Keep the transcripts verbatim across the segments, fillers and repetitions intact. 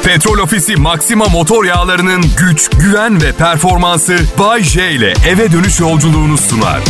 Petrol Ofisi Maxima motor yağlarının güç, güven ve performansı Bay J ile eve dönüş yolculuğunu sunar.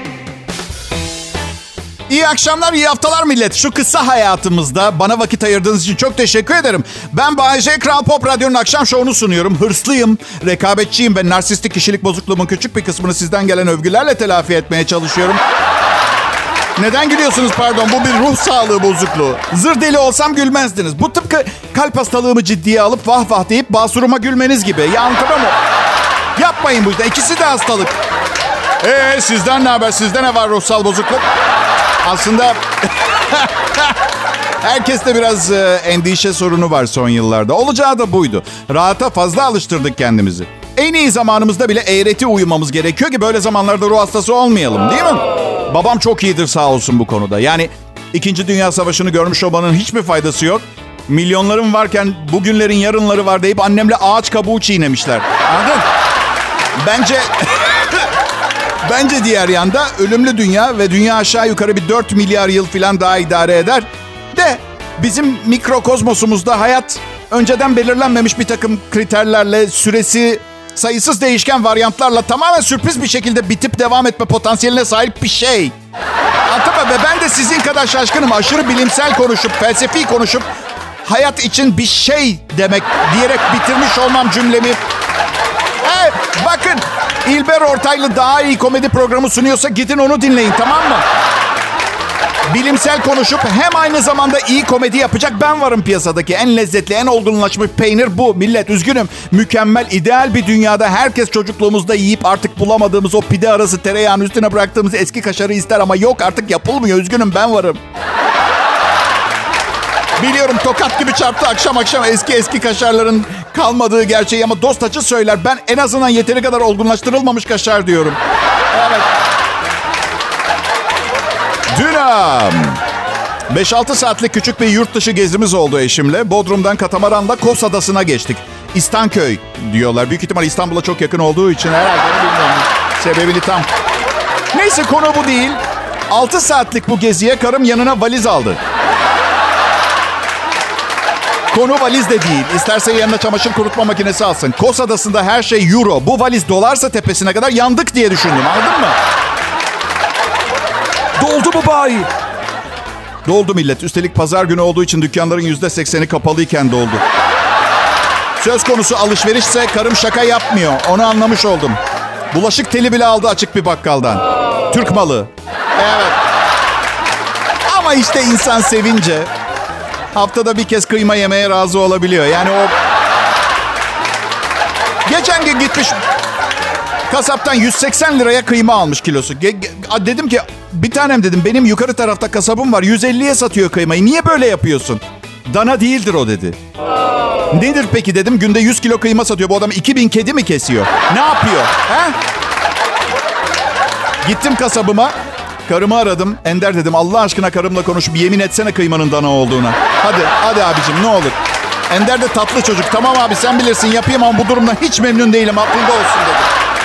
İyi akşamlar, iyi haftalar millet. Şu kısa hayatımızda bana vakit ayırdığınız için çok teşekkür ederim. Ben Bay J, Kral Pop Radyo'nun akşam şovunu sunuyorum. Hırslıyım, rekabetçiyim ve narsistik kişilik bozukluğumun küçük bir kısmını sizden gelen övgülerle telafi etmeye çalışıyorum. Neden gülüyorsunuz pardon? Bu bir ruh sağlığı bozukluğu. Zır deli olsam gülmezdiniz. Bu tıpkı kalp hastalığımı ciddiye alıp vah vah deyip basuruma gülmeniz gibi. Ya anlatamam mı? Yapmayın bu yüzden. İkisi de hastalık. Eee sizden ne haber? Sizde ne var ruhsal bozukluk? Aslında herkeste biraz e, endişe sorunu var son yıllarda. Olacağı da buydu. Rahata fazla alıştırdık kendimizi. En iyi zamanımızda bile eğreti uyumamız gerekiyor ki böyle zamanlarda ruh hastası olmayalım, değil mi? Babam çok iyidir sağ olsun bu konuda. Yani İkinci Dünya Savaşı'nı görmüş olmanın hiçbir faydası yok. Milyonlarım varken bugünlerin yarınları var deyip annemle ağaç kabuğu çiğnemişler. Anladın? Bence... Bence diğer yanda ölümlü dünya ve dünya aşağı yukarı bir dört milyar yıl falan daha idare eder. De bizim mikrokozmosumuzda hayat önceden belirlenmemiş bir takım kriterlerle, süresi, sayısız değişken varyantlarla tamamen sürpriz bir şekilde bitip devam etme potansiyeline sahip bir şey. Anladın mı? Ve ben de sizin kadar şaşkınım. Aşırı bilimsel konuşup, felsefi konuşup hayat için bir şey demek diyerek bitirmiş olmam cümlemi. Hey, bakın İlber Ortaylı daha iyi komedi programı sunuyorsa gidin onu dinleyin, tamam mı? Bilimsel konuşup hem aynı zamanda iyi komedi yapacak ben varım piyasadaki. En lezzetli, en olgunlaşmış peynir bu. Millet üzgünüm. Mükemmel, ideal bir dünyada herkes çocukluğumuzda yiyip artık bulamadığımız o pide arası tereyağının üstüne bıraktığımız eski kaşarı ister ama yok artık yapılmıyor. Üzgünüm ben varım. Biliyorum tokat gibi çarptı akşam akşam eski eski kaşarların kalmadığı gerçeği ama dost açı söyler. Ben en azından yeteri kadar olgunlaştırılmamış kaşar diyorum. Evet. Dün beş altı saatlik küçük bir yurt dışı gezimiz oldu eşimle. Bodrum'dan katamaranla Kos Adası'na geçtik. İstanköy diyorlar. Büyük ihtimal İstanbul'a çok yakın olduğu için herhalde bilmiyorum. Sebebini tam. Neyse konu bu değil. altı saatlik bu geziye karım yanına valiz aldı. Konu valiz de değil. İsterse yanına çamaşır kurutma makinesi alsın. Kos Adası'nda her şey euro. Bu valiz dolarsa tepesine kadar yandık diye düşündüm. Anladın mı? Doldu mu bayi? Doldu millet. Üstelik pazar günü olduğu için dükkanların yüzde sekseni kapalıyken doldu. Söz konusu alışverişse karım şaka yapmıyor. Onu anlamış oldum. Bulaşık teli bile aldı açık bir bakkaldan. Türk malı. Evet. Ama işte insan sevince... Haftada bir kez kıyma yemeye razı olabiliyor. Yani o... Geçen gün gitmiş... Kasaptan yüz seksen liraya kıyma almış kilosu. Ge- ge- dedim ki bir tanem dedim benim yukarı tarafta kasabım var. yüz elliye satıyor kıymayı. Niye böyle yapıyorsun? Dana değildir o dedi. Nedir peki dedim. Günde yüz kilo kıyma satıyor. Bu adam iki bin kedi mi kesiyor? Ne yapıyor? He? Gittim kasabıma. Karımı aradım. Ender dedim Allah aşkına karımla konuşup yemin etsene kıymanın dana olduğuna. Hadi, hadi abicim ne olur. Ender de tatlı çocuk. Tamam abi sen bilirsin yapayım ama bu durumdan hiç memnun değilim. Aklında olsun dedi.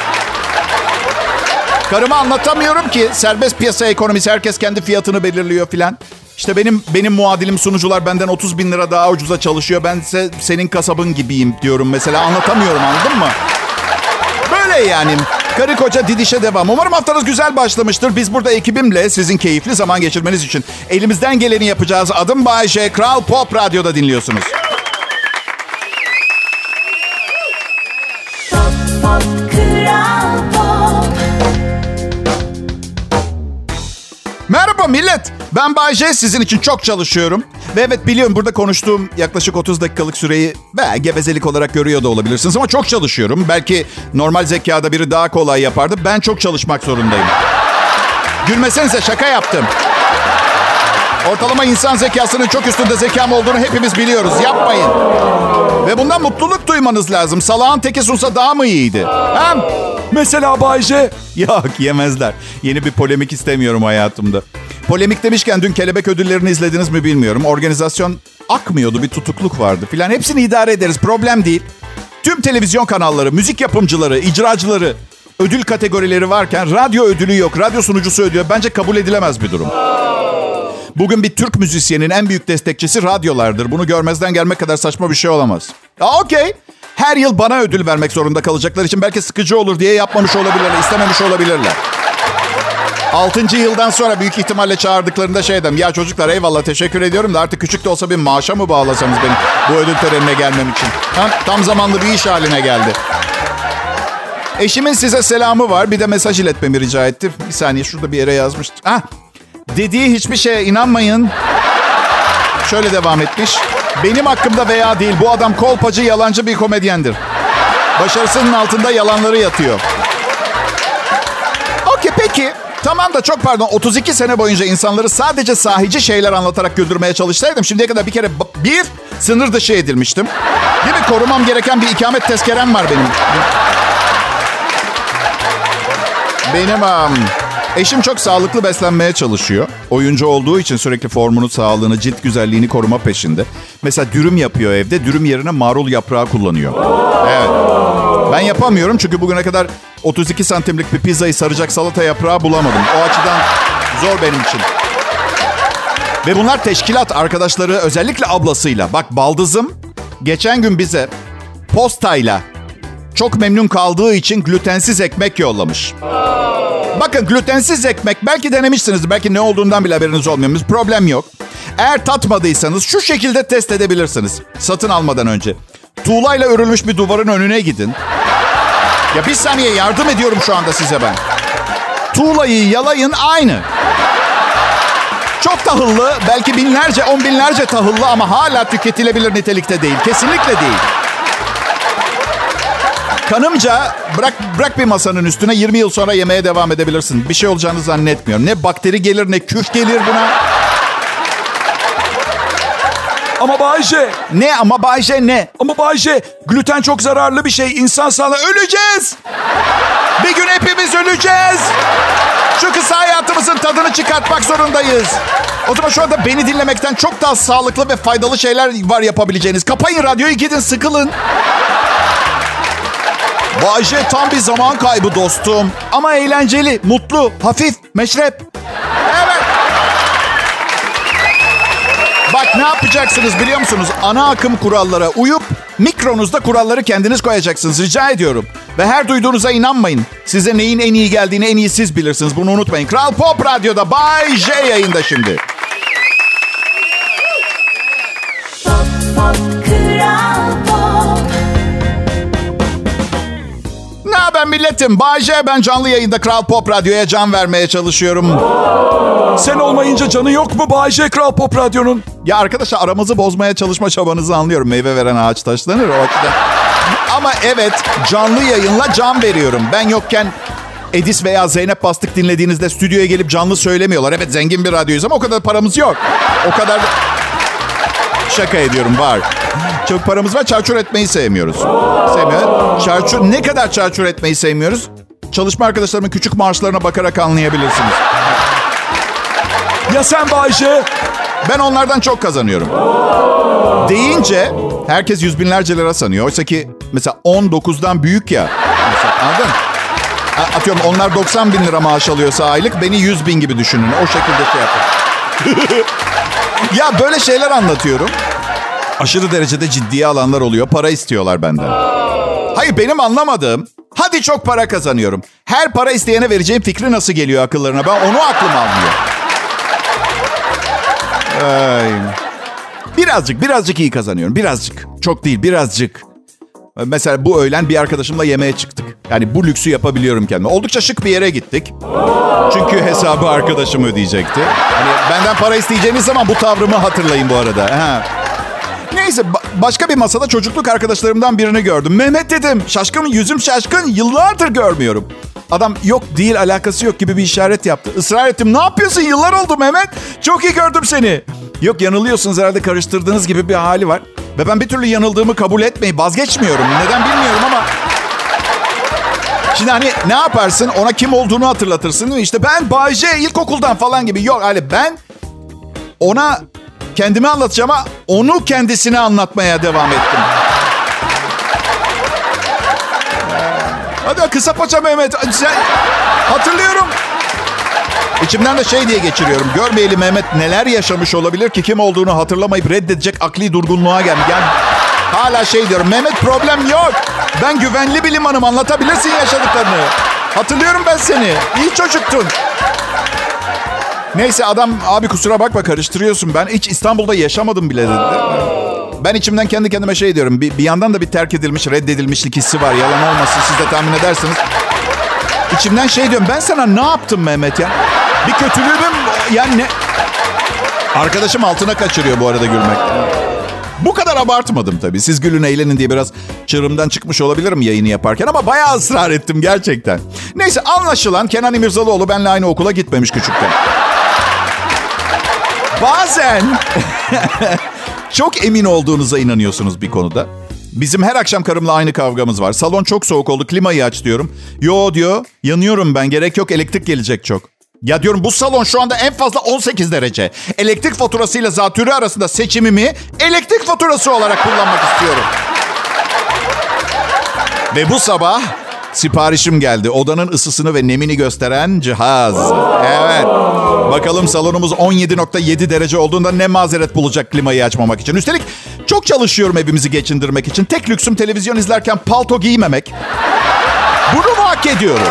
Karıma anlatamıyorum ki serbest piyasa ekonomisi herkes kendi fiyatını belirliyor filan. İşte benim benim muadilim sunucular benden otuz bin lira daha ucuza çalışıyor. Ben ise senin kasabın gibiyim diyorum mesela. Anlatamıyorum anladın mı? Böyle yani. Karı koca didişe devam. Umarım haftanız güzel başlamıştır. Biz burada ekibimle sizin keyifli zaman geçirmeniz için elimizden geleni yapacağız. Adım Bay J. Kral Pop Radyo'da dinliyorsunuz. Pop, pop, Kral Pop. Merhaba millet. Ben Bay J. Sizin için çok çalışıyorum. Ve evet biliyorum burada konuştuğum yaklaşık otuz dakikalık süreyi veya gevezelik olarak görüyor da olabilirsiniz. Ama çok çalışıyorum. Belki normal zekada biri daha kolay yapardı. Ben çok çalışmak zorundayım. Gülmesenize şaka yaptım. Ortalama insan zekasının çok üstünde zekam olduğunu hepimiz biliyoruz. Yapmayın. Ve bundan mutluluk duymanız lazım. Salağın teki sunsa daha mı iyiydi? Hem mesela Bay J. Yok yemezler. Yeni bir polemik istemiyorum hayatımda. Polemik demişken dün kelebek ödüllerini izlediniz mi bilmiyorum. Organizasyon akmıyordu, bir tutukluk vardı filan. Hepsini idare ederiz, problem değil. Tüm televizyon kanalları, müzik yapımcıları, icracıları, ödül kategorileri varken radyo ödülü yok, radyo sunucusu ödüyor. Bence kabul edilemez bir durum. Bugün bir Türk müzisyenin en büyük destekçisi radyolardır. Bunu görmezden gelmek kadar saçma bir şey olamaz. Okey. Her yıl bana ödül vermek zorunda kalacaklar için belki sıkıcı olur diye yapmamış olabilirler, istememiş olabilirler. Altıncı yıldan sonra büyük ihtimalle çağırdıklarında şey dedim. Ya çocuklar eyvallah teşekkür ediyorum da artık küçük de olsa bir maaşa mı bağlasanız beni bu ödül törenine gelmem için? Ha? Tam zamanlı bir iş haline geldi. Eşimin size selamı var. Bir de mesaj iletmemi rica etti. Bir saniye şurada bir yere yazmıştım. Ah, dediği hiçbir şeye inanmayın. Şöyle devam etmiş. Benim hakkımda veya değil bu adam kolpacı, yalancı bir komedyendir. Başarısının altında yalanları yatıyor. Okey peki. Tamam da çok pardon. otuz iki sene boyunca insanları sadece sahici şeyler anlatarak güldürmeye çalışsaydım şimdiye kadar bir kere bir sınır dışı edilmiştim. Değil mi? Korumam gereken bir ikamet tezkerem var benim. Benim um, eşim çok sağlıklı beslenmeye çalışıyor. Oyuncu olduğu için sürekli formunu, sağlığını, cilt güzelliğini koruma peşinde. Mesela dürüm yapıyor evde. Dürüm yerine marul yaprağı kullanıyor. Evet. Ben yapamıyorum çünkü bugüne kadar otuz iki santimlik bir pizzayı saracak salata yaprağı bulamadım. O açıdan zor benim için. Ve bunlar teşkilat arkadaşları, özellikle ablasıyla. Bak baldızım geçen gün bize postayla çok memnun kaldığı için glutensiz ekmek yollamış. Bakın glutensiz ekmek belki denemişsiniz. Belki ne olduğundan bile haberiniz olmuyor. Problem yok. Eğer tatmadıysanız şu şekilde test edebilirsiniz. Satın almadan önce. Tuğlayla örülmüş bir duvarın önüne gidin. Ya bir saniye yardım ediyorum şu anda size ben. Tuğlayı yalayın aynı. Çok tahıllı, belki binlerce, on binlerce tahıllı ama hala tüketilebilir nitelikte değil. Kesinlikle değil. Kanımca bırak bırak bir masanın üstüne yirmi yıl sonra yemeye devam edebilirsin. Bir şey olacağını zannetmiyorum. Ne bakteri gelir ne küf gelir buna. Ama Bay J. Ne ama Bay J ne? Ama Bay J, gluten çok zararlı bir şey. İnsan sağlığı öleceğiz. Bir gün hepimiz öleceğiz. Şu kısa hayatımızın tadını çıkartmak zorundayız. O zaman şu anda beni dinlemekten çok daha sağlıklı ve faydalı şeyler var yapabileceğiniz. Kapayın radyoyu, gidin sıkılın. Bay J tam bir zaman kaybı dostum. Ama eğlenceli, mutlu, hafif, meşrep. Evet. Bak ne yapacaksınız biliyor musunuz? Ana akım kurallara uyup mikronuzda kuralları kendiniz koyacaksınız. Rica ediyorum. Ve her duyduğunuza inanmayın. Size neyin en iyi geldiğini en iyi siz bilirsiniz. Bunu unutmayın. Kral Pop Radyo'da Bay J yayında şimdi. Pop, pop, Kral Pop. Ne haber milletim? Bay J, ben canlı yayında Kral Pop Radyo'ya can vermeye çalışıyorum. Sen olmayınca canı yok mu Bay J Kral Pop Radyo'nun? Ya arkadaşlar aramızı bozmaya çalışma çabanızı anlıyorum. Meyve veren ağaç taşlanır o açıdan. Ama evet canlı yayınla can veriyorum. Ben yokken Edis veya Zeynep Bastık dinlediğinizde stüdyoya gelip canlı söylemiyorlar. Evet zengin bir radyoyuz ama o kadar paramız yok. O kadar... Şaka ediyorum var. Çok paramız var, çarçur etmeyi sevmiyoruz. Sevmiyoruz. Çarçur, ne kadar çarçur etmeyi sevmiyoruz? Çalışma arkadaşlarımın küçük maaşlarına bakarak anlayabilirsiniz. Ya sen Bay J? Ben onlardan çok kazanıyorum. Deyince herkes yüz binlerce lira sanıyor. Oysa ki mesela on dokuzdan büyük ya. Mesela, anladın mı? Atıyorum onlar doksan bin lira maaş alıyorsa aylık beni yüz bin gibi düşünün. O şekilde şey yapın. Ya böyle şeyler anlatıyorum. Aşırı derecede ciddiye alanlar oluyor. Para istiyorlar benden. Hayır benim anlamadığım. Hadi çok para kazanıyorum. Her para isteyene vereceğim fikri nasıl geliyor akıllarına? Ben onu aklım almıyor. Ay. Birazcık, birazcık iyi kazanıyorum. Birazcık. Çok değil, birazcık. Mesela bu öğlen bir arkadaşımla yemeğe çıktık. Yani bu lüksü yapabiliyorum kendime. Oldukça şık bir yere gittik. Çünkü hesabı arkadaşım ödeyecekti. Hani benden para isteyeceğiniz zaman bu tavrımı hatırlayın bu arada. Ha. Neyse ba- başka bir masada çocukluk arkadaşlarımdan birini gördüm. Mehmet dedim. Şaşkın, yüzüm şaşkın. Yıllardır görmüyorum. Adam yok değil alakası yok gibi bir işaret yaptı. Israr ettim. Ne yapıyorsun? Yıllar oldu Mehmet. Çok iyi gördüm seni. Yok yanılıyorsunuz herhalde, karıştırdığınız gibi bir hali var. Ve ben bir türlü yanıldığımı kabul etmeyi vazgeçmiyorum. Neden bilmiyorum ama. Şimdi hani ne yaparsın? Ona kim olduğunu hatırlatırsın değil mi? İşte ben Bay J ilkokuldan falan gibi. Yok hani ben ona kendimi anlatacağım ama onu kendisine anlatmaya devam ettim. Hadi kısa paça Mehmet. Sen... Hatırlıyorum. İçimden de şey diye geçiriyorum. Görmeyeli Mehmet neler yaşamış olabilir ki kim olduğunu hatırlamayıp reddedecek akli durgunluğa gelmiş. Yani Hala şey diyorum. Mehmet problem yok. Ben güvenli bir limanım. Anlatabilirsin yaşadıklarını. Hatırlıyorum ben seni. İyi çocuktun. Neyse adam abi kusura bakma karıştırıyorsun. Ben hiç İstanbul'da yaşamadım bile dedi. Ben içimden kendi kendime şey diyorum. Bir, bir yandan da bir terk edilmiş, reddedilmişlik hissi var. Yalan olmasın siz de tahmin edersiniz. İçimden şey diyorum. Ben sana ne yaptım Mehmet ya? Bir kötülüğüm yani ne? Arkadaşım altına kaçırıyor bu arada gülmekten. Bu kadar abartmadım tabii. Siz gülün eğlenin diye biraz çığırımdan çıkmış olabilirim yayını yaparken ama bayağı ısrar ettim gerçekten. Neyse anlaşılan Kenan İmirzalıoğlu benimle aynı okula gitmemiş küçükken. Bazen çok emin olduğunuza inanıyorsunuz bir konuda. Bizim her akşam karımla aynı kavgamız var. Salon çok soğuk oldu, klimayı aç diyorum. Yo diyor, yanıyorum ben, gerek yok, elektrik gelecek çok. Ya diyorum bu salon şu anda en fazla on sekiz derece. Elektrik faturasıyla zatürre arasında seçimimi elektrik faturası olarak kullanmak istiyorum. Ve bu sabah siparişim geldi. Odanın ısısını ve nemini gösteren cihaz. Evet. Bakalım salonumuz on yedi nokta yedi derece olduğunda ne mazeret bulacak klimayı açmamak için. Üstelik çok çalışıyorum evimizi geçindirmek için. Tek lüksüm televizyon izlerken palto giymemek. Bunu mu hak ediyorum?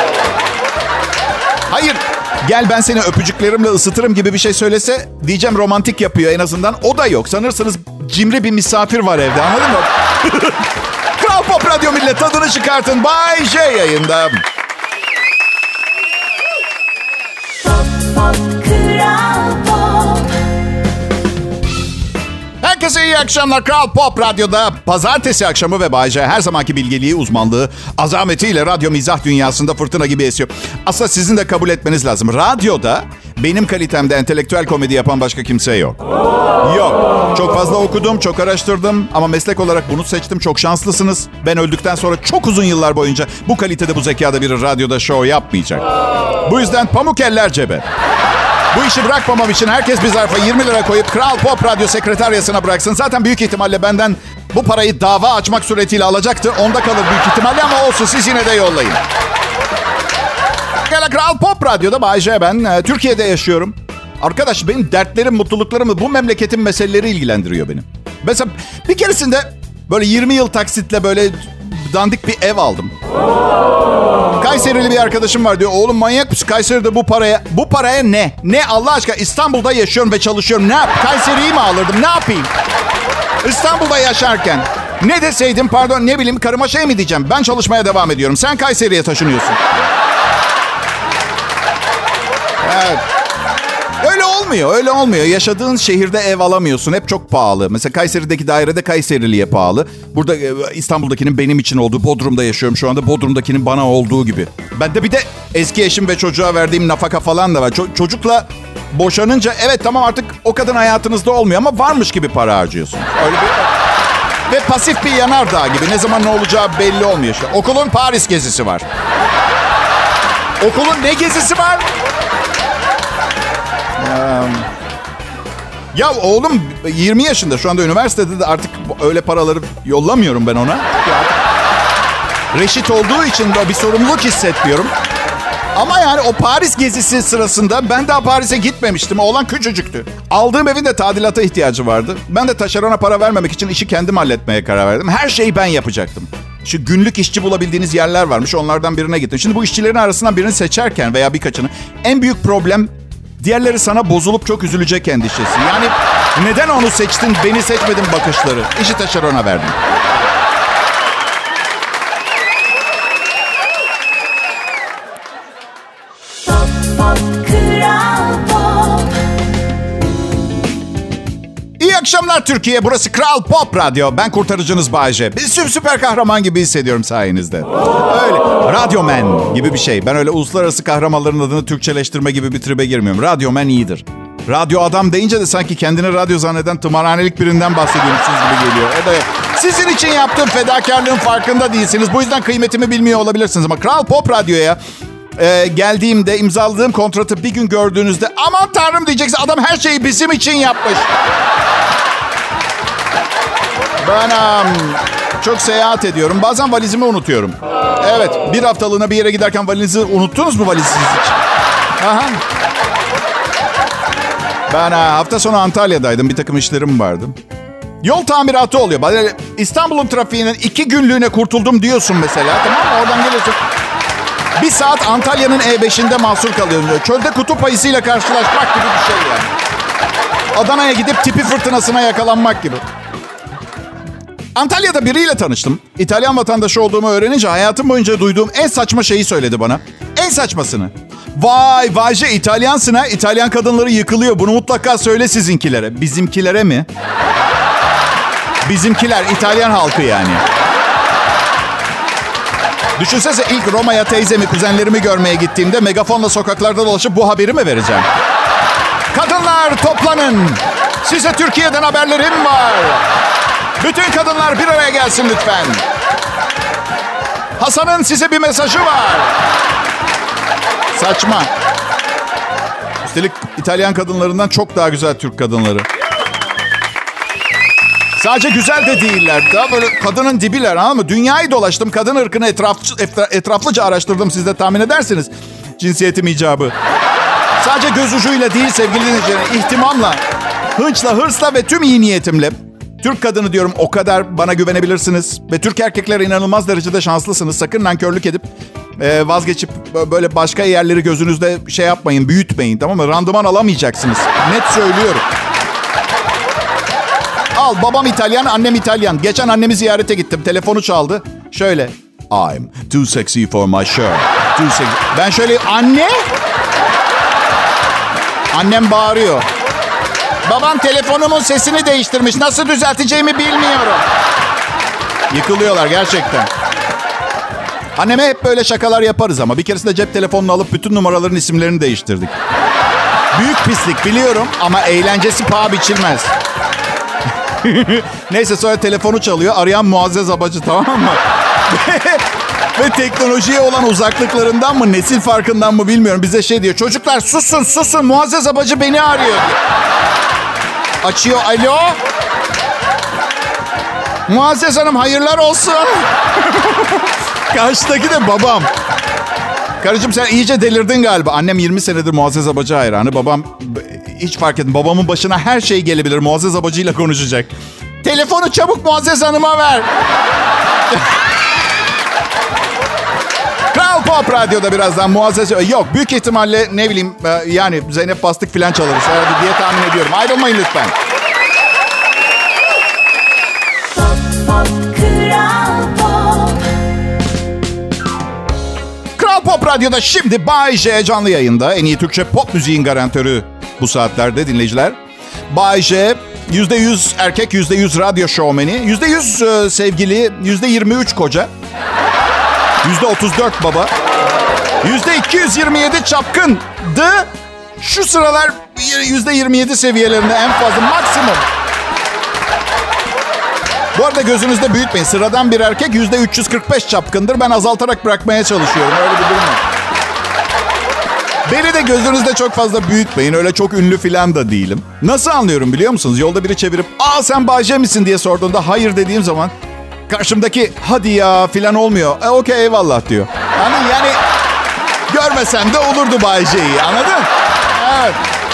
Hayır. Gel ben seni öpücüklerimle ısıtırım gibi bir şey söylese diyeceğim romantik yapıyor en azından. O da yok. Sanırsınız cimri bir misafir var evde, anladın mı? Kral Pop Radyo millet, tadını çıkartın. Bay J yayında. Pop, pop, Kral Pop. Herkese iyi akşamlar. Kral Pop Radyo'da pazartesi akşamı ve Bay J her zamanki bilgeliği, uzmanlığı, azametiyle radyo mizah dünyasında fırtına gibi esiyor. Aslında sizin de kabul etmeniz lazım. Radyoda benim kalitemde entelektüel komedi yapan başka kimse yok. Yok. Çok fazla okudum, çok araştırdım ama meslek olarak bunu seçtim. Çok şanslısınız. Ben öldükten sonra çok uzun yıllar boyunca bu kalitede, bu zekada biri radyoda show yapmayacak. Bu yüzden pamuk eller cebe. Bu işi bırakmamam için herkes bir zarfa yirmi lira koyup Kral Pop Radyo sekreteryasına bıraksın. Zaten büyük ihtimalle benden bu parayı dava açmak suretiyle alacaktı. Onda kalır büyük ihtimalle ama olsun, siz yine de yollayın. Gel Kral Pop Radyo'da Bay J ben. Türkiye'de yaşıyorum. Arkadaş benim dertlerim, mutluluklarım bu memleketin meseleleri ilgilendiriyor beni. Mesela bir keresinde böyle yirmi yıl taksitle böyle dandik bir ev aldım. Kayserili bir arkadaşım var, diyor oğlum manyak mısın? Kayseri'de bu paraya, bu paraya ne? Ne Allah aşkına, İstanbul'da yaşıyorum ve çalışıyorum. Ne yap? Kayseri'yi mi alırdım? Ne yapayım? İstanbul'da yaşarken ne deseydim, pardon ne bileyim, karıma şey mi diyeceğim? Ben çalışmaya devam ediyorum. Sen Kayseri'ye taşınıyorsun. Evet. Öyle olmuyor, öyle olmuyor. Yaşadığın şehirde ev alamıyorsun. Hep çok pahalı. Mesela Kayseri'deki dairede Kayserili'ye pahalı. Burada İstanbul'dakinin benim için olduğu, Bodrum'da yaşıyorum şu anda. Bodrum'dakinin bana olduğu gibi. Ben de bir de eski eşim ve çocuğa verdiğim nafaka falan da var. Ço- çocukla boşanınca evet tamam artık o kadın hayatınızda olmuyor ama varmış gibi para harcıyorsun. Öyle bir... Ve pasif bir yanardağ gibi. Ne zaman ne olacağı belli olmuyor işte. Okulun Paris gezisi var. Okulun ne gezisi var? Ya oğlum yirmi yaşında şu anda üniversitede de artık öyle paraları yollamıyorum ben ona. Reşit olduğu için de bir sorumluluk hissetmiyorum. Ama yani o Paris gezisi sırasında ben daha Paris'e gitmemiştim. Oğlan küçücüktü. Aldığım evin de tadilata ihtiyacı vardı. Ben de taşerona para vermemek için işi kendim halletmeye karar verdim. Her şeyi ben yapacaktım. Şu günlük işçi bulabildiğiniz yerler varmış. Onlardan birine gittim. Şimdi bu işçilerin arasından birini seçerken veya birkaçını en büyük problem diğerleri sana bozulup çok üzülecek endişesi. Yani neden onu seçtin, beni seçmedin bakışları. İşi taşerona verdim. Pop, pop, Kral Pop. İyi akşamlar Türkiye. Burası Kral Pop Radyo. Ben kurtarıcınız Bay J. Bir süper kahraman gibi hissediyorum sayenizde. Öyle. Radyoman gibi bir şey. Ben öyle uluslararası kahramanların adını Türkçeleştirme gibi bir tribe girmiyorum. Radyoman iyidir. Radyo adam deyince de sanki kendini radyo zanneden tımarhanelik birinden bahsediyormuşsunuz gibi geliyor. O da yok. Sizin için yaptığım fedakarlığın farkında değilsiniz. Bu yüzden kıymetimi bilmiyor olabilirsiniz. Ama Kral Pop Radyo'ya e, geldiğimde imzaladığım kontratı bir gün gördüğünüzde aman tanrım diyeceksin. Adam her şeyi bizim için yapmış. Ben um, çok seyahat ediyorum. Bazen valizimi unutuyorum. Evet, bir haftalığına bir yere giderken valizi unuttunuz mu valizsiz hiç? Aha. Ben uh, hafta sonu Antalya'daydım. Bir takım işlerim vardı. Yol tamiratı oluyor. Böyle İstanbul'un trafiğinin iki günlüğüne kurtuldum diyorsun mesela. Tamam mı? Oradan geliyorsun. Bir saat Antalya'nın E beşinde mahsur kalıyorsun. Çölde kutup ayısıyla karşılaşmak gibi bir şey yani. Adana'ya gidip tipi fırtınasına yakalanmak gibi. Antalya'da biriyle tanıştım. İtalyan vatandaşı olduğumu öğrenince hayatım boyunca duyduğum en saçma şeyi söyledi bana. En saçmasını. Vay vayce İtalyansın ha. İtalyan kadınları yıkılıyor. Bunu mutlaka söyle sizinkilere. Bizimkilere mi? Bizimkiler İtalyan halkı yani. Düşünsene ilk Roma'ya teyzemi, kuzenlerimi görmeye gittiğimde megafonla sokaklarda dolaşıp bu haberi mi vereceğim? Kadınlar toplanın. Size Türkiye'den haberlerim var. Bütün kadınlar bir araya gelsin lütfen. Hasan'ın size bir mesajı var. Saçma. Üstelik İtalyan kadınlarından çok daha güzel Türk kadınları. Sadece güzel de değiller. Daha böyle kadının dibiler, anladın mı? Dünyayı dolaştım. Kadın ırkını etraf, etraflıca araştırdım. Siz de tahmin edersiniz. Cinsiyetim icabı. Sadece göz ucuyla değil sevgili dinleyiciler. İhtimamla, hınçla, hırsla ve tüm iyi niyetimle. Türk kadını diyorum, o kadar bana güvenebilirsiniz. Ve Türk erkekler inanılmaz derecede şanslısınız. Sakın nankörlük edip e, vazgeçip böyle başka yerleri gözünüzde şey yapmayın, büyütmeyin, tamam mı? Randıman alamayacaksınız. Net söylüyorum. Al, babam İtalyan, annem İtalyan. Geçen annemi ziyarete gittim. Telefonu çaldı. Şöyle. I'm too sexy for my shirt. Too sexy. Ben şöyle, anne? Annem bağırıyor. Babam telefonumun sesini değiştirmiş. Nasıl düzelteceğimi bilmiyorum. Yıkılıyorlar gerçekten. Anneme hep böyle şakalar yaparız ama bir keresinde cep telefonunu alıp bütün numaraların isimlerini değiştirdik. Büyük pislik biliyorum ama eğlencesi paha biçilmez. Neyse sonra telefonu çalıyor. Arayan Muazzez Abacı, tamam mı? Ve teknolojiye olan uzaklıklarından mı, nesil farkından mı bilmiyorum. Bize şey diyor. Çocuklar susun susun, Muazzez Abacı beni arıyor diyor. Açıyor. Alo. Muazzez Hanım hayırlar olsun. Karşıdaki de babam. Karıcığım sen iyice delirdin galiba. Annem yirmi senedir Muazzez Abacı hayranı. Babam hiç fark etmez. Babamın başına her şey gelebilir. Muazzez Abacı ile konuşacak. Telefonu çabuk Muazzez Hanım'a ver. Kral Pop Radyo'da birazdan Muazzez... Yok büyük ihtimalle ne bileyim yani Zeynep Bastık falan çalarız herhalde diye tahmin ediyorum. Ayrılmayın lütfen. Pop, pop, Kral Pop. Kral Pop Radyo'da şimdi Bay J canlı yayında. En iyi Türkçe pop müziğin garantörü bu saatlerde dinleyiciler. Bay J yüzde yüz erkek, yüzde yüz radyo şovmeni, yüzde yüz sevgili, yüzde yirmi üç koca, yüzde otuz dört baba, yüzde iki yüz yirmi yedi çapkındı. Şu sıralar yüzde yirmi yedi seviyelerinde en fazla maksimum. Bu arada gözünüzde büyütmeyin. Sıradan bir erkek yüzde üç yüz kırk beş çapkındır. Ben azaltarak bırakmaya çalışıyorum. Öyle bir durum var. Beni de gözünüzde çok fazla büyütmeyin. Öyle çok ünlü falan da değilim. Nasıl anlıyorum biliyor musunuz? Yolda biri çevirip ''Aa sen Bay J misin?'' diye sorduğunda hayır dediğim zaman karşımdaki hadi ya falan olmuyor. E okey eyvallah diyor. Yani, yani görmesem de olurdu Bay J'yi, anladın? Evet.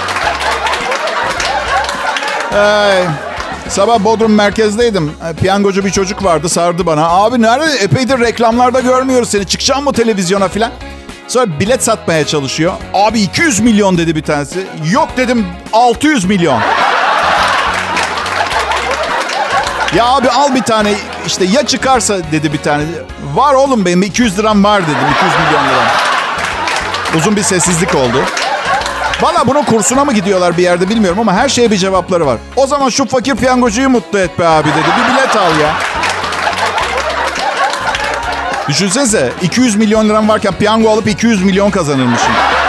Ay. Sabah Bodrum merkezdeydim. Piyangocu bir çocuk vardı, sardı bana. Abi nerede? Epeydir reklamlarda görmüyoruz seni. Çıkacağım mı televizyona falan? Sonra bilet satmaya çalışıyor. Abi iki yüz milyon dedi bir tanesi. Yok dedim altı yüz milyon. Ya abi al bir tane işte ya çıkarsa dedi bir tane. Var oğlum benim iki yüz liram var dedim. iki yüz milyon liram. Uzun bir sessizlik oldu. Valla bunun kursuna mı gidiyorlar bir yerde bilmiyorum ama her şeye bir cevapları var. O zaman şu fakir piyangocuyu mutlu et be abi dedi. Bir bilet al ya. Düşünsenize iki yüz milyon liram varken piyango alıp iki yüz milyon kazanırmışım.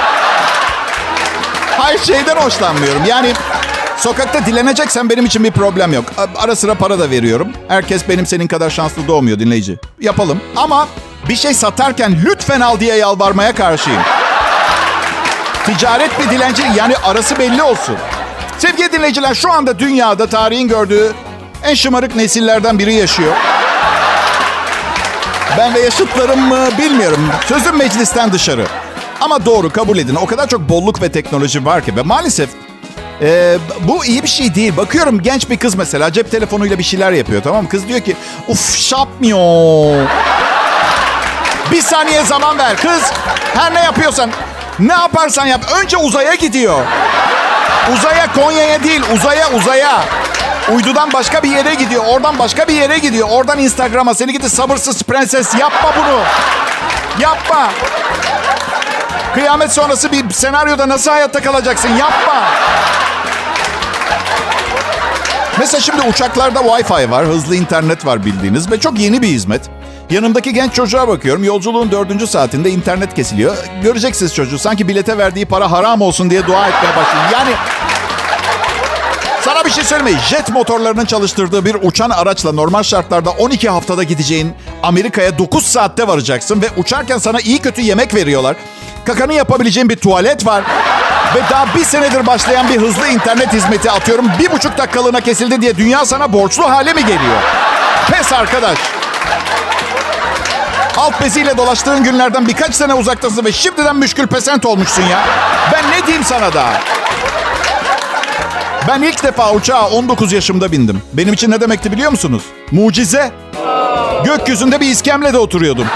Hayır şeyden hoşlanmıyorum. Yani sokakta dileneceksen benim için bir problem yok. Ara sıra para da veriyorum. Herkes benim senin kadar şanslı doğmuyor dinleyici. Yapalım. Ama bir şey satarken lütfen al diye yalvarmaya karşıyım. Ticaret bir dilenci yani arası belli olsun. Sevgili dinleyiciler şu anda dünyada tarihin gördüğü en şımarık nesillerden biri yaşıyor. Ben ve yaşıtlarım mı bilmiyorum. Sözüm meclisten dışarı. Ama doğru kabul edin. O kadar çok bolluk ve teknoloji var ki. Ve maalesef Ee, bu iyi bir şey değil. Bakıyorum genç bir kız mesela cep telefonuyla bir şeyler yapıyor, tamam mı? Kız diyor ki uf yapmıyor. Bir saniye zaman ver kız. Her ne yapıyorsan, ne yaparsan yap. Önce uzaya gidiyor. Uzaya, Konya'ya değil, uzaya uzaya. Uydudan başka bir yere gidiyor. Oradan başka bir yere gidiyor. Oradan Instagram'a. Seni gidi sabırsız prenses. Yapma bunu. Yapma. Kıyamet sonrası bir senaryoda nasıl hayatta kalacaksın? Yapma. Mesela şimdi uçaklarda Wi-Fi var. Hızlı internet var bildiğiniz. Ve çok yeni bir hizmet. Yanımdaki genç çocuğa bakıyorum. Yolculuğun dördüncü saatinde internet kesiliyor. Göreceksiniz çocuğu. Sanki bilete verdiği para haram olsun diye dua etmeye başlıyor. Yani... Sana bir şey söyleyeyim. Jet motorlarının çalıştırdığı bir uçan araçla normal şartlarda on iki haftada gideceğin Amerika'ya dokuz saatte varacaksın. Ve uçarken sana iyi kötü yemek veriyorlar. Kakanı yapabileceğin bir tuvalet var. Ve daha bir senedir başlayan bir hızlı internet hizmeti, atıyorum bir buçuk dakikalığına kesildi diye dünya sana borçlu hale mi geliyor? Pes arkadaş. Alt beziyle dolaştığın günlerden birkaç sene uzaktasın ve şimdiden müşkül pesent olmuşsun ya. Ben ne diyeyim sana daha? Ben ilk defa uçağa on dokuz yaşımda bindim. Benim için ne demekti biliyor musunuz? Mucize. Gökyüzünde bir iskemlede oturuyordum.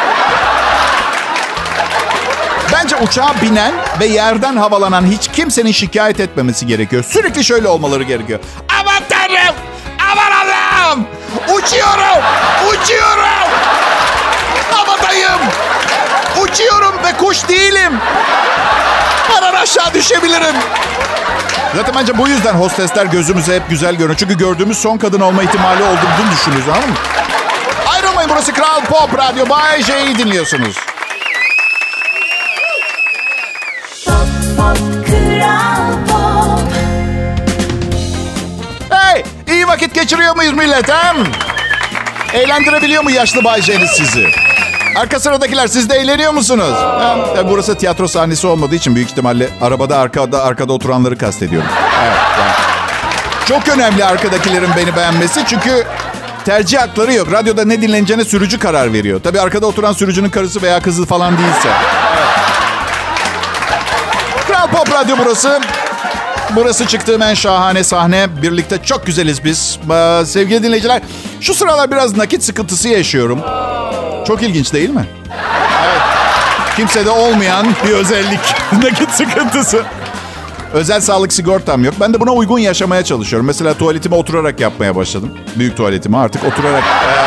Bence uçağa binen ve yerden havalanan hiç kimsenin şikayet etmemesi gerekiyor. Sürekli şöyle olmaları gerekiyor. Aman Tanrım! Aman Allah'ım! Uçuyorum! Uçuyorum! Havadayım! Uçuyorum ve kuş değilim. Her an aşağı düşebilirim. Zaten bence bu yüzden hostesler gözümüze hep güzel görünüyor. Çünkü gördüğümüz son kadın olma ihtimali olduğunu düşünürüz, anladın mı? Ayrılmayın, burası Kral Pop Radyo. Bay J'yi dinliyorsunuz. Pop, pop, Kral Pop. Hey, iyi vakit geçiriyor muyuz millet, he? Eğlendirebiliyor mu yaşlı Bay J'niz sizi? Arka sıradakiler, siz de eğleniyor musunuz? Ha, burası tiyatro sahnesi olmadığı için büyük ihtimalle arabada arkada arkada oturanları kastediyorum. Evet, yani. Çok önemli arkadakilerin beni beğenmesi, çünkü tercih hakları yok. Radyoda ne dinleneceğine sürücü karar veriyor. Tabii arkada oturan sürücünün karısı veya kızı falan değilse. Evet. Kral Pop Radyo burası. Burası çıktığım en şahane sahne. Birlikte çok güzeliz biz. Ee, sevgili dinleyiciler, şu sıralar biraz nakit sıkıntısı yaşıyorum. Çok ilginç değil mi? Evet. Kimsede olmayan bir özellik. Nakit sıkıntısı. Özel sağlık sigortam yok. Ben de buna uygun yaşamaya çalışıyorum. Mesela tuvaletimi oturarak yapmaya başladım. Büyük tuvaletimi artık oturarak...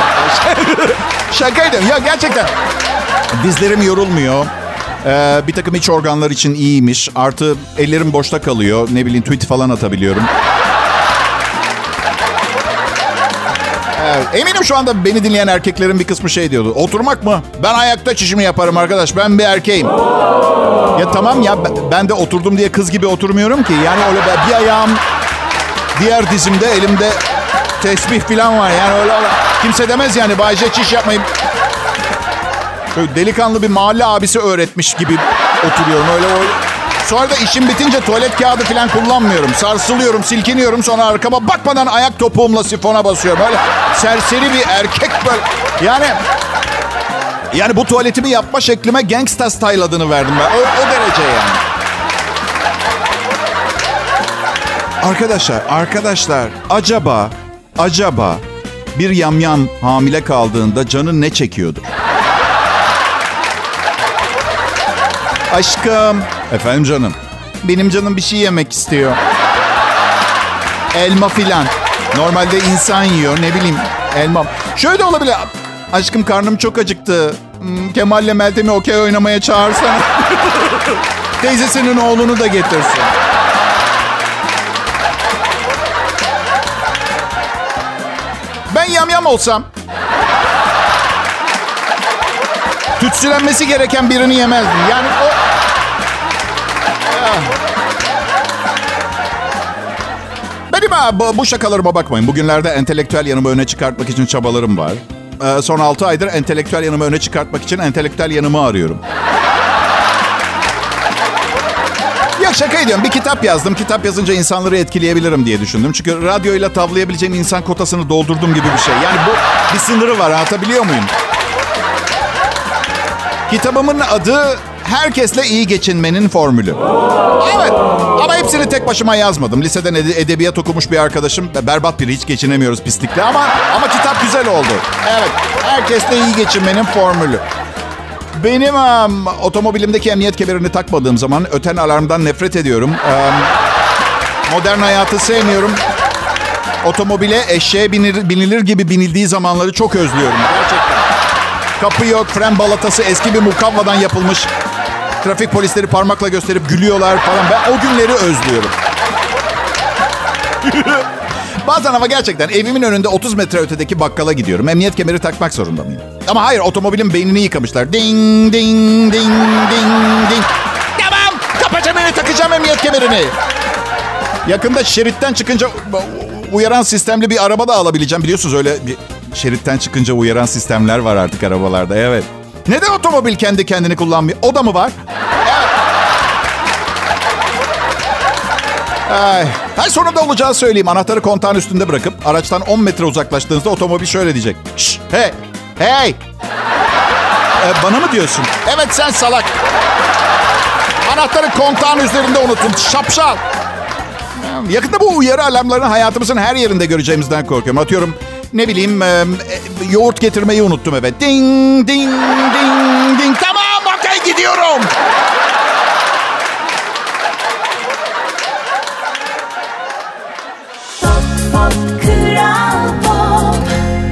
Şaka ediyorum. Ya gerçekten. Dizlerim yorulmuyor. Ee, bir takım iç organlar için iyiymiş. Artı ellerim boşta kalıyor. Ne bileyim tweet falan atabiliyorum. Evet, eminim şu anda beni dinleyen erkeklerin bir kısmı şey diyordu. Oturmak mı? Ben ayakta çişimi yaparım arkadaş. Ben bir erkeğim. Ya tamam ya, ben de oturdum diye kız gibi oturmuyorum ki. Yani öyle bir ayağım diğer dizimde, elimde tesbih falan var. Yani öyle kimse demez yani Bay J çiş yapmayın. Böyle delikanlı bir mahalle abisi öğretmiş gibi oturuyorum. Öyle öyle. Sonra da işim bitince tuvalet kağıdı falan kullanmıyorum. Sarsılıyorum, silkiniyorum. Sonra arkama bakmadan ayak topuğumla sifona basıyorum. Böyle serseri bir erkek böyle. Yani yani bu tuvaletimi yapma şeklime gangsta style adını verdim ben. O, o derece yani. Arkadaşlar, arkadaşlar acaba, acaba bir yamyam hamile kaldığında canı ne çekiyordur? Aşkım. Efendim canım. Benim canım bir şey yemek istiyor. Elma filan. Normalde insan yiyor, ne bileyim, elma. Şöyle de olabilir. Aşkım karnım çok acıktı. Kemal'le Meltem'i okey oynamaya çağırsana. Teyzesinin oğlunu da getirsin. Ben yamyam olsam tütsülenmesi gereken birini yemezdim. Yani o... Benim ha, bu şakalarıma bakmayın. Bugünlerde entelektüel yanımı öne çıkartmak için çabalarım var. Ee, son altı aydır entelektüel yanımı öne çıkartmak için entelektüel yanımı arıyorum. Ya şaka ediyorum. Bir kitap yazdım. Kitap yazınca insanları etkileyebilirim diye düşündüm. Çünkü radyoyla tavlayabileceğim insan kotasını doldurdum gibi bir şey. Yani bu bir sınırı var. Anlatabiliyor muyum? Kitabımın adı Herkesle iyi geçinmenin formülü. Evet. Ama hepsi Hepsini tek başıma yazmadım. Liseden ede- edebiyat okumuş bir arkadaşım. Berbat biri, hiç geçinemiyoruz pislikle ama ama kitap güzel oldu. Evet, herkesle iyi geçinmenin formülü. Benim um, otomobilimdeki emniyet kemerini takmadığım zaman öten alarmdan nefret ediyorum. Um, modern hayatı sevmiyorum. Otomobile eşeğe binir, binilir gibi binildiği zamanları çok özlüyorum. Gerçekten. Kapı yok, fren balatası eski bir mukavvadan yapılmış. Trafik polisleri parmakla gösterip gülüyorlar falan. Ben o günleri özlüyorum. Bazen ama gerçekten evimin önünde otuz metre ötedeki bakkala gidiyorum. Emniyet kemeri takmak zorunda mıyım? Ama hayır, otomobilin beynini yıkamışlar. Ding ding ding ding ding. Tamam, kapacağım, beni takacağım emniyet kemerini. Yakında şeritten çıkınca uyaran sistemli bir araba da alabileceğim. Biliyorsunuz öyle bir şeritten çıkınca uyaran sistemler var artık arabalarda. Evet. Neden otomobil kendi kendini kullanmıyor? O da mı var? Evet. Ay. Her sonunda olacağı söyleyeyim. Anahtarı kontağın üstünde bırakıp araçtan on metre uzaklaştığınızda otomobil şöyle diyecek. Şşş, hey, hey. Ee, bana mı diyorsun? Evet, sen salak. Anahtarı kontağın üzerinde unutun. Şapşal. Yakında bu uyarı alarmlarını hayatımızın her yerinde göreceğimizden korkuyorum. Atıyorum, ne bileyim, e, yoğurt getirmeyi unuttum eve. Ding, ding, ding, ding. Tamam, okey, gidiyorum. Pop, pop, Kral Pop.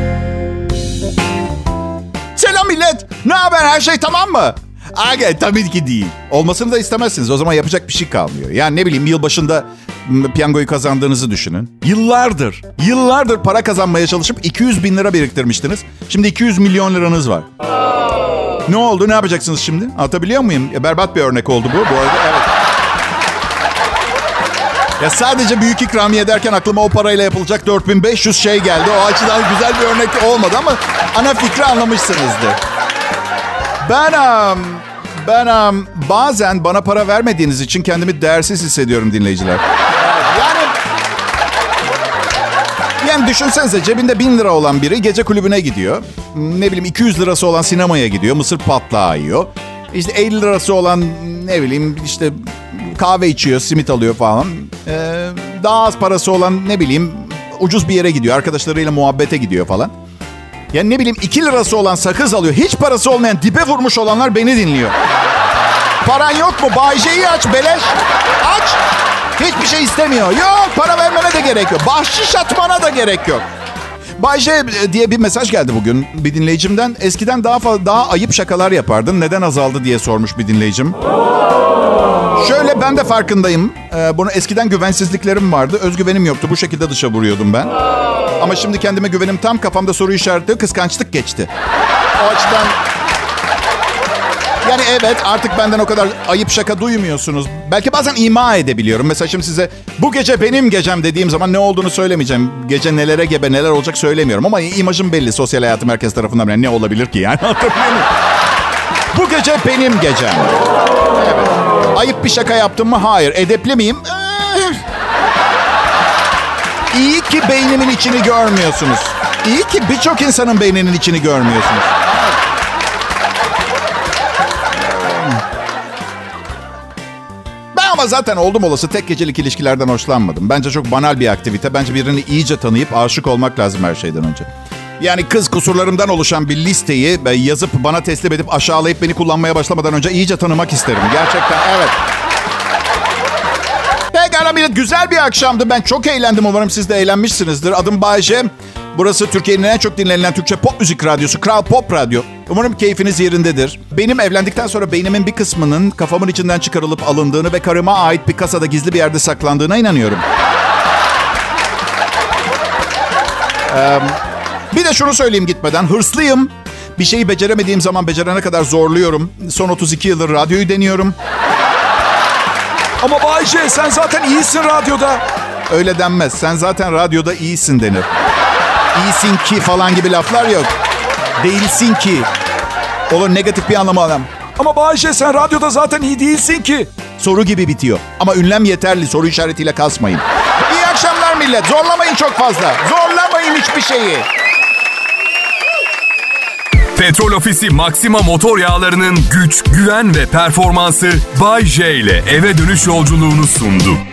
Selam millet. Ne haber? Her şey tamam mı? Aga, tabii ki değil. Olmasını da istemezsiniz. O zaman yapacak bir şey kalmıyor. Yani ne bileyim, yılbaşında piyangoyu kazandığınızı düşünün. Yıllardır, yıllardır para kazanmaya çalışıp iki yüz bin lira biriktirmiştiniz. Şimdi iki yüz milyon liranız var. Ne oldu? Ne yapacaksınız şimdi? Anlatabiliyor muyum? Ya, berbat bir örnek oldu bu. Bu arada evet. Ya sadece büyük ikramiye derken aklıma o parayla yapılacak dört bin beş yüz şey geldi. O açıdan güzel bir örnek olmadı ama ana fikri anlamışsınızdır. Ben um, ben um, bazen bana para vermediğiniz için kendimi değersiz hissediyorum dinleyiciler. Yani yani düşünsenize, cebinde bin lira olan biri gece kulübüne gidiyor. Ne bileyim, iki yüz lirası olan sinemaya gidiyor. Mısır patlağı yiyor. İşte elli lirası olan, ne bileyim, işte kahve içiyor, simit alıyor falan. Ee, daha az parası olan, ne bileyim, ucuz bir yere gidiyor. Arkadaşlarıyla muhabbete gidiyor falan. Yani ne bileyim, iki lirası olan sakız alıyor. Hiç parası olmayan, dibe vurmuş olanlar beni dinliyor. Paran yok mu? Bay J'yi aç, beleş. Aç. Hiçbir şey istemiyor. Yok, para vermene de gerek yok. Bahşiş atmana da gerek yok. Bay J diye bir mesaj geldi bugün bir dinleyicimden. Eskiden daha fazla, daha ayıp şakalar yapardın. Neden azaldı diye sormuş bir dinleyicim. Şöyle, ben de farkındayım. Ee, bunu eskiden güvensizliklerim vardı. Özgüvenim yoktu. Bu şekilde dışa vuruyordum ben. Ama şimdi kendime güvenim tam, kafamda soru işareti, kıskançlık geçti. O açıdan... Yani evet, artık benden o kadar ayıp şaka duymuyorsunuz. Belki bazen ima edebiliyorum. Mesela şimdi size bu gece benim gecem dediğim zaman ne olduğunu söylemeyeceğim. Gece nelere gebe, neler olacak söylemiyorum. Ama imajım belli. Sosyal hayatım herkes tarafından. Yani ne olabilir ki yani? Bu gece benim gecem. Evet. Ayıp bir şaka yaptım mı? Hayır. Edepli miyim? İyi ki beynimin içini görmüyorsunuz. İyi ki birçok insanın beyninin içini görmüyorsunuz. Ben ama zaten oldum olası tek gecelik ilişkilerden hoşlanmadım. Bence çok banal bir aktivite. Bence birini iyice tanıyıp aşık olmak lazım her şeyden önce. Yani kız kusurlarımdan oluşan bir listeyi yazıp bana teslim edip aşağılayıp beni kullanmaya başlamadan önce iyice tanımak isterim. Gerçekten evet. Pekala millet, güzel bir akşamdı. Ben çok eğlendim. Umarım siz de eğlenmişsinizdir. Adım Bay J. Burası Türkiye'nin en çok dinlenilen Türkçe pop müzik radyosu. Kral Pop Radyo. Umarım keyfiniz yerindedir. Benim evlendikten sonra beynimin bir kısmının kafamın içinden çıkarılıp alındığını ve karıma ait bir kasada gizli bir yerde saklandığına inanıyorum. Ee, bir de şunu söyleyeyim gitmeden. Hırslıyım. Bir şeyi beceremediğim zaman becerene kadar zorluyorum. Son otuz iki yıldır radyoyu deniyorum. Ama Bay J, sen zaten iyisin radyoda. Öyle denmez. Sen zaten radyoda iyisin denir. İyisin ki falan gibi laflar yok. Değilsin ki. Olur, negatif bir anlamı adam. Ama Bay J, sen radyoda zaten iyi değilsin ki. Soru gibi bitiyor. Ama ünlem yeterli. Soru işaretiyle kasmayın. İyi akşamlar millet. Zorlamayın çok fazla. Zorlamayın hiçbir şeyi. Petrol Ofisi Maxima motor yağlarının güç, güven ve performansı Bay J ile eve dönüş yolculuğunu sundu.